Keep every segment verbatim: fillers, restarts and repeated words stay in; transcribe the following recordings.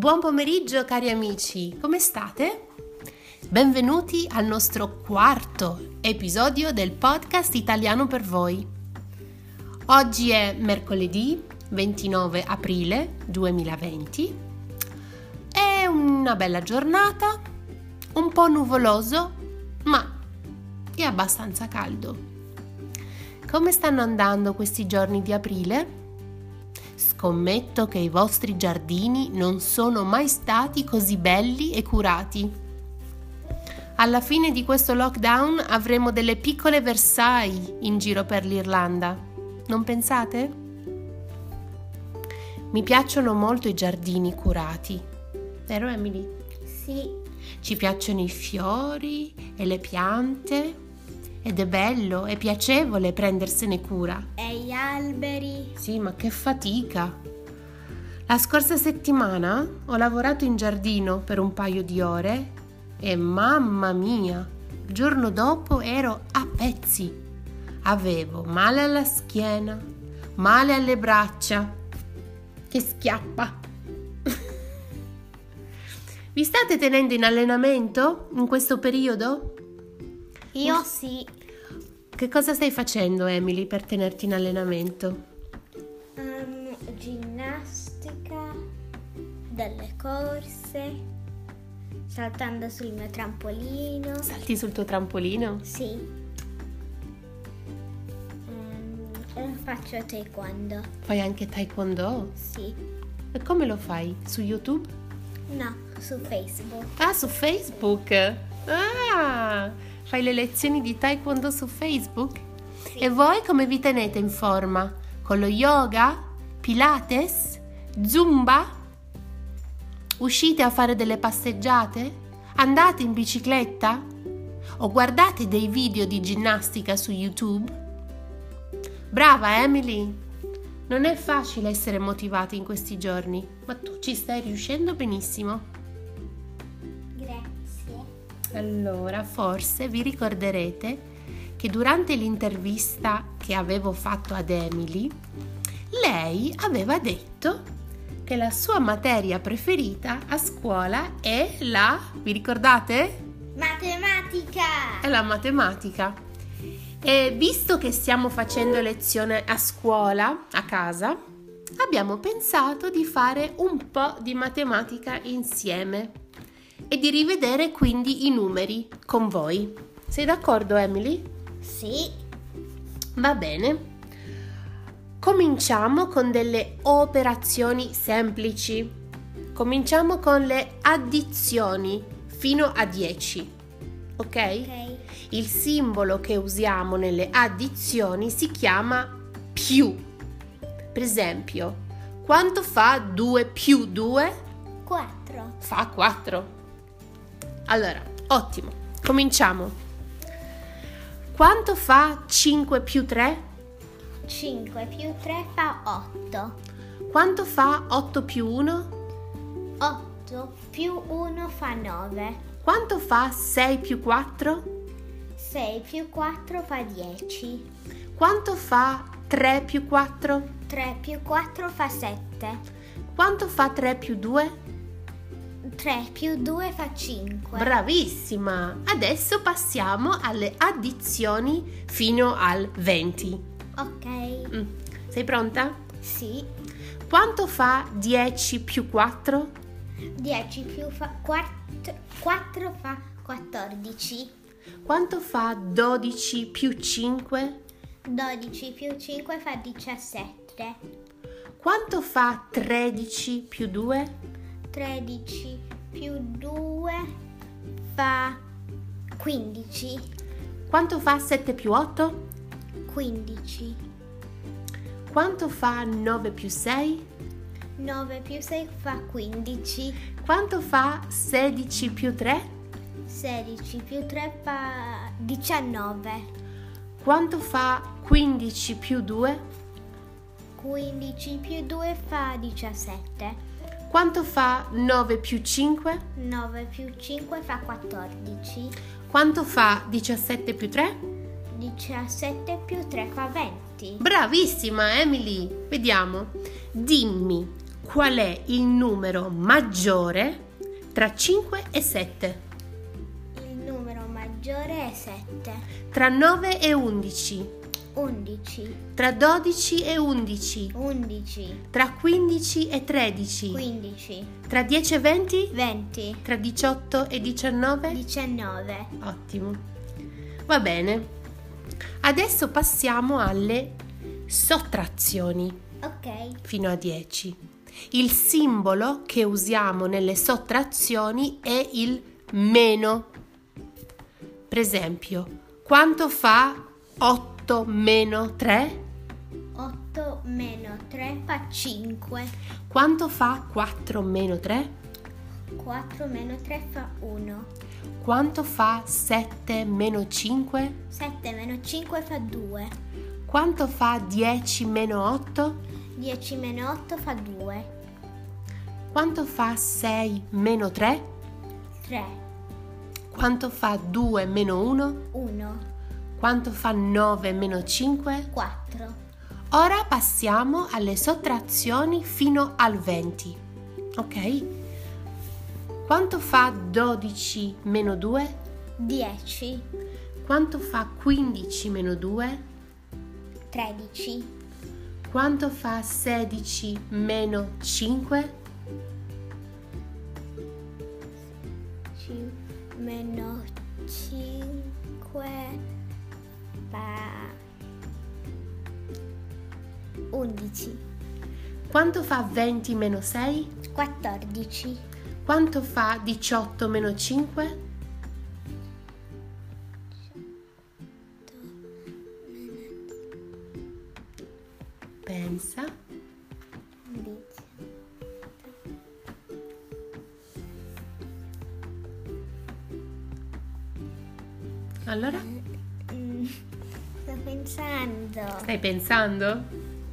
Buon pomeriggio cari amici, come state? Benvenuti al nostro quarto episodio del podcast Italiano per voi. Oggi è mercoledì ventinove aprile duemilaventi. È una bella giornata, un po' nuvoloso, ma è abbastanza caldo. Come stanno andando questi giorni di aprile? Scommetto che i vostri giardini non sono mai stati così belli e curati. Alla fine di questo lockdown avremo delle piccole Versailles in giro per l'Irlanda. Non pensate? Mi piacciono molto i giardini curati. Vero Emily? Sì. Ci piacciono i fiori e le piante ed è bello, è piacevole prendersene cura. E gli alberi. Sì, ma che fatica! La scorsa settimana ho lavorato in giardino per un paio di ore e mamma mia, il giorno dopo ero a pezzi. Avevo male alla schiena, male alle braccia. Che schiappa! Vi state tenendo in allenamento in questo periodo? Io sì. Che cosa stai facendo, Emily, per tenerti in allenamento? Um, ginnastica, delle corse, saltando sul mio trampolino. Salti sul tuo trampolino? Sì. Um, e faccio taekwondo. Fai anche taekwondo? Sì. E come lo fai? Su YouTube? No, su Facebook. Ah, su Facebook? Ah! Fai le lezioni di taekwondo su Facebook? Sì. E voi come vi tenete in forma? Con lo yoga? Pilates? Zumba? Uscite a fare delle passeggiate? Andate in bicicletta? O guardate dei video di ginnastica su YouTube? Brava Emily! Non è facile essere motivati in questi giorni, ma tu ci stai riuscendo benissimo. Allora, forse vi ricorderete che durante l'intervista che avevo fatto ad Emily, lei aveva detto che la sua materia preferita a scuola è la, vi ricordate? Matematica! È la matematica. E visto che stiamo facendo lezione a scuola, a casa, abbiamo pensato di fare un po' di matematica insieme e di rivedere quindi i numeri con voi. Sei d'accordo, Emily? Sì. Va bene. Cominciamo con delle operazioni semplici. Cominciamo con le addizioni fino a dieci. Ok? Ok. Il simbolo che usiamo nelle addizioni si chiama più. Per esempio, quanto fa due più due? quattro. Fa quattro. Allora, ottimo, cominciamo. Quanto fa cinque più tre? cinque più tre fa otto. Quanto fa otto più uno? otto più uno fa nove. Quanto fa sei più quattro? sei più quattro fa dieci. Quanto fa tre più quattro? tre più quattro fa sette. Quanto fa tre più due? tre più due fa cinque. Bravissima! Adesso passiamo alle addizioni fino al venti. Ok. Mm. Sei pronta? Sì. Quanto fa dieci più quattro? dieci più fa quattro, quattro fa quattordici. Quanto fa dodici più cinque? dodici più cinque fa diciassette. Quanto fa tredici più due? tredici più due fa quindici. Quanto fa sette più otto? quindici. Quanto fa nove più sei? nove più sei fa quindici. Quanto fa sedici più tre? sedici più tre fa diciannove. Quanto fa quindici più due? quindici più due fa diciassette. Quanto fa nove più cinque? nove più cinque fa quattordici. Quanto fa diciassette più tre? diciassette più tre fa venti. Bravissima Emily! Vediamo. Dimmi, qual è il numero maggiore tra cinque e sette? Il numero maggiore è sette. Tra nove e undici? undici. Tra dodici e undici? undici. Tra quindici e tredici? quindici. Tra dieci e venti? venti. Tra diciotto e diciannove? diciannove. Ottimo. Va bene. Adesso passiamo alle sottrazioni Ok. fino a dieci. Il simbolo che usiamo nelle sottrazioni è il meno. Per esempio, quanto fa otto meno tre? otto meno tre fa cinque. Quanto fa quattro meno tre? quattro meno tre fa uno. Quanto fa sette meno cinque? sette meno cinque fa due. Quanto fa dieci meno otto? dieci meno otto fa due. Quanto fa sei meno tre? tre. Quanto fa due meno uno? uno. Quanto fa nove meno cinque? quattro. Ora passiamo alle sottrazioni fino al venti. Ok? Quanto fa dodici meno due? dieci. Quanto fa quindici meno due? tredici. Quanto fa sedici meno cinque? Meno cinque fa undici. Quanto fa venti meno sei? quattordici. Quanto fa diciotto meno cinque? Pensa. Allora? Mm, sto pensando. Stai pensando?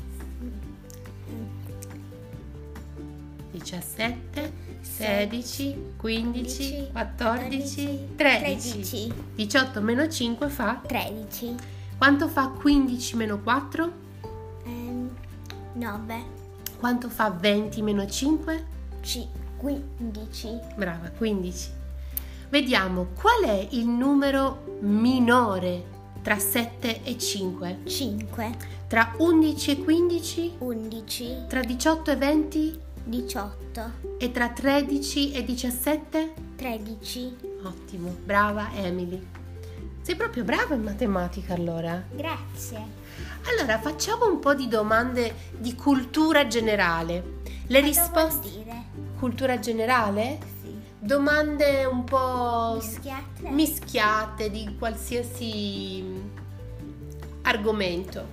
diciassette, sedici, quindici, quattordici, tredici. diciotto meno cinque fa? tredici. Quanto fa quindici meno quattro? Ehm, nove. Quanto fa venti meno cinque? C- quindici. Brava, quindici. Vediamo qual è il numero minore tra sette e cinque? cinque. Tra undici e quindici? undici. Tra diciotto e venti? diciotto. E tra tredici e diciassette? tredici. Ottimo, brava Emily. Sei proprio brava in matematica allora. Grazie. Allora facciamo un po' di domande di cultura generale. Le Cosa risposte... vuol dire? Cultura generale? Sì. Domande un po' Mischiate? mischiate di qualsiasi argomento.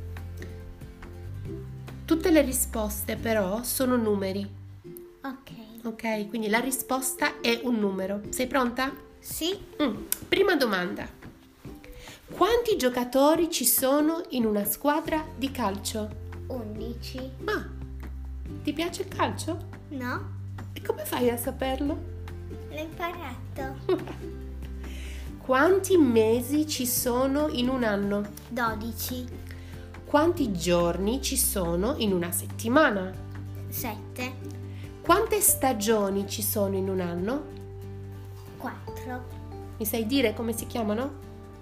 Tutte le risposte però sono numeri, Ok. ok? Quindi la risposta è un numero. Sei pronta? Sì. Mm. Prima domanda. Quanti giocatori ci sono in una squadra di calcio? undici. Ah, ti piace il calcio? No? E come fai a saperlo? L'ho imparato. Quanti mesi ci sono in un anno? dodici. Quanti giorni ci sono in una settimana? sette. Quante stagioni ci sono in un anno? quattro. Mi sai dire come si chiamano?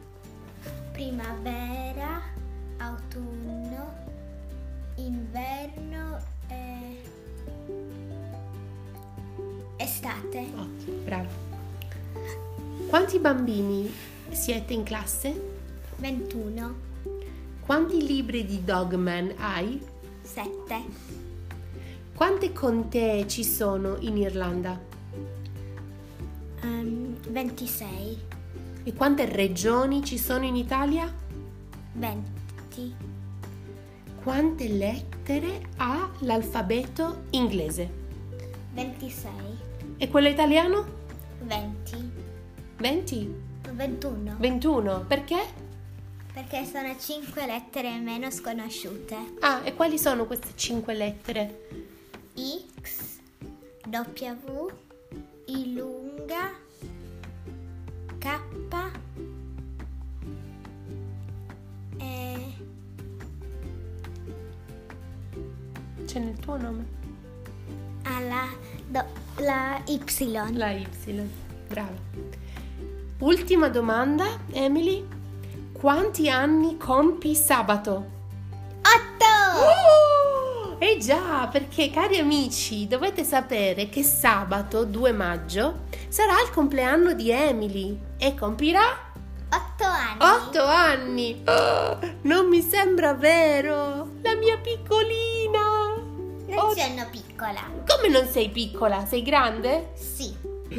Primavera, autunno, inverno e estate. Ottimo, bravo. Quanti bambini siete in classe? ventuno. Quanti libri di Dogman hai? sette. Quante contee ci sono in Irlanda? Um, ventisei. E quante regioni ci sono in Italia? venti. Quante lettere ha l'alfabeto inglese? ventisei. E quello italiano? venti. venti? ventuno. ventuno. Perché? Perché sono cinque lettere meno sconosciute. Ah, e quali sono queste cinque lettere? X, W, I lunga, K e C'è nel tuo nome? la, do, la Y. La Y, brava. Ultima domanda, Emily. Quanti anni compi sabato? Otto! Oh, eh già, perché cari amici, dovete sapere che sabato due maggio sarà il compleanno di Emily e compirà Otto anni. otto anni. Oh, non mi sembra vero. La mia piccolina. Non Oh, sono piccola. come non sei piccola? Sei grande? Sì.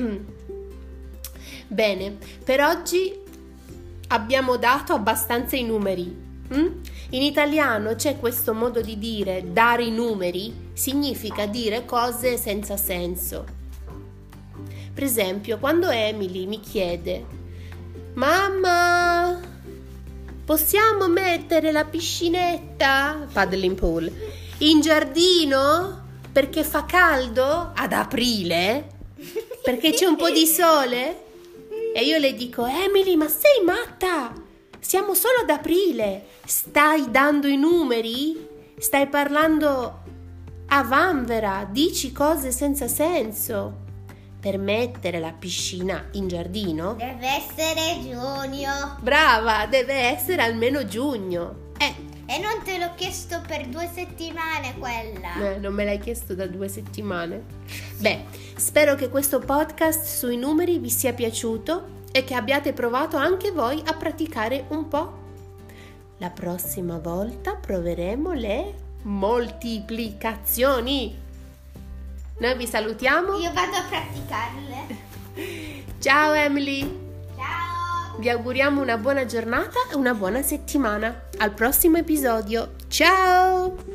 Bene, per oggi abbiamo dato abbastanza i numeri. mm? In italiano c'è questo modo di dire dare i numeri, significa dire cose senza senso. Per esempio, quando Emily mi chiede: mamma, possiamo mettere la piscinetta, paddling pool, in giardino perché fa caldo ad aprile? Perché c'è un po' di sole? E io le dico: Emily, ma sei matta? Siamo solo ad aprile. Stai dando i numeri? Stai parlando a vanvera, dici cose senza senso. Per mettere la piscina in giardino? Deve essere giugno. Brava, deve essere almeno giugno. Eh, E non te l'ho chiesto per due settimane quella. eh, non me l'hai chiesto da due settimane. Beh, spero che questo podcast sui numeri vi sia piaciuto e che abbiate provato anche voi a praticare un po'. La prossima volta proveremo le moltiplicazioni. Noi vi salutiamo. Io vado a praticarle. Ciao Emily. Ciao. Vi auguriamo una buona giornata e una buona settimana. Al prossimo episodio. Ciao!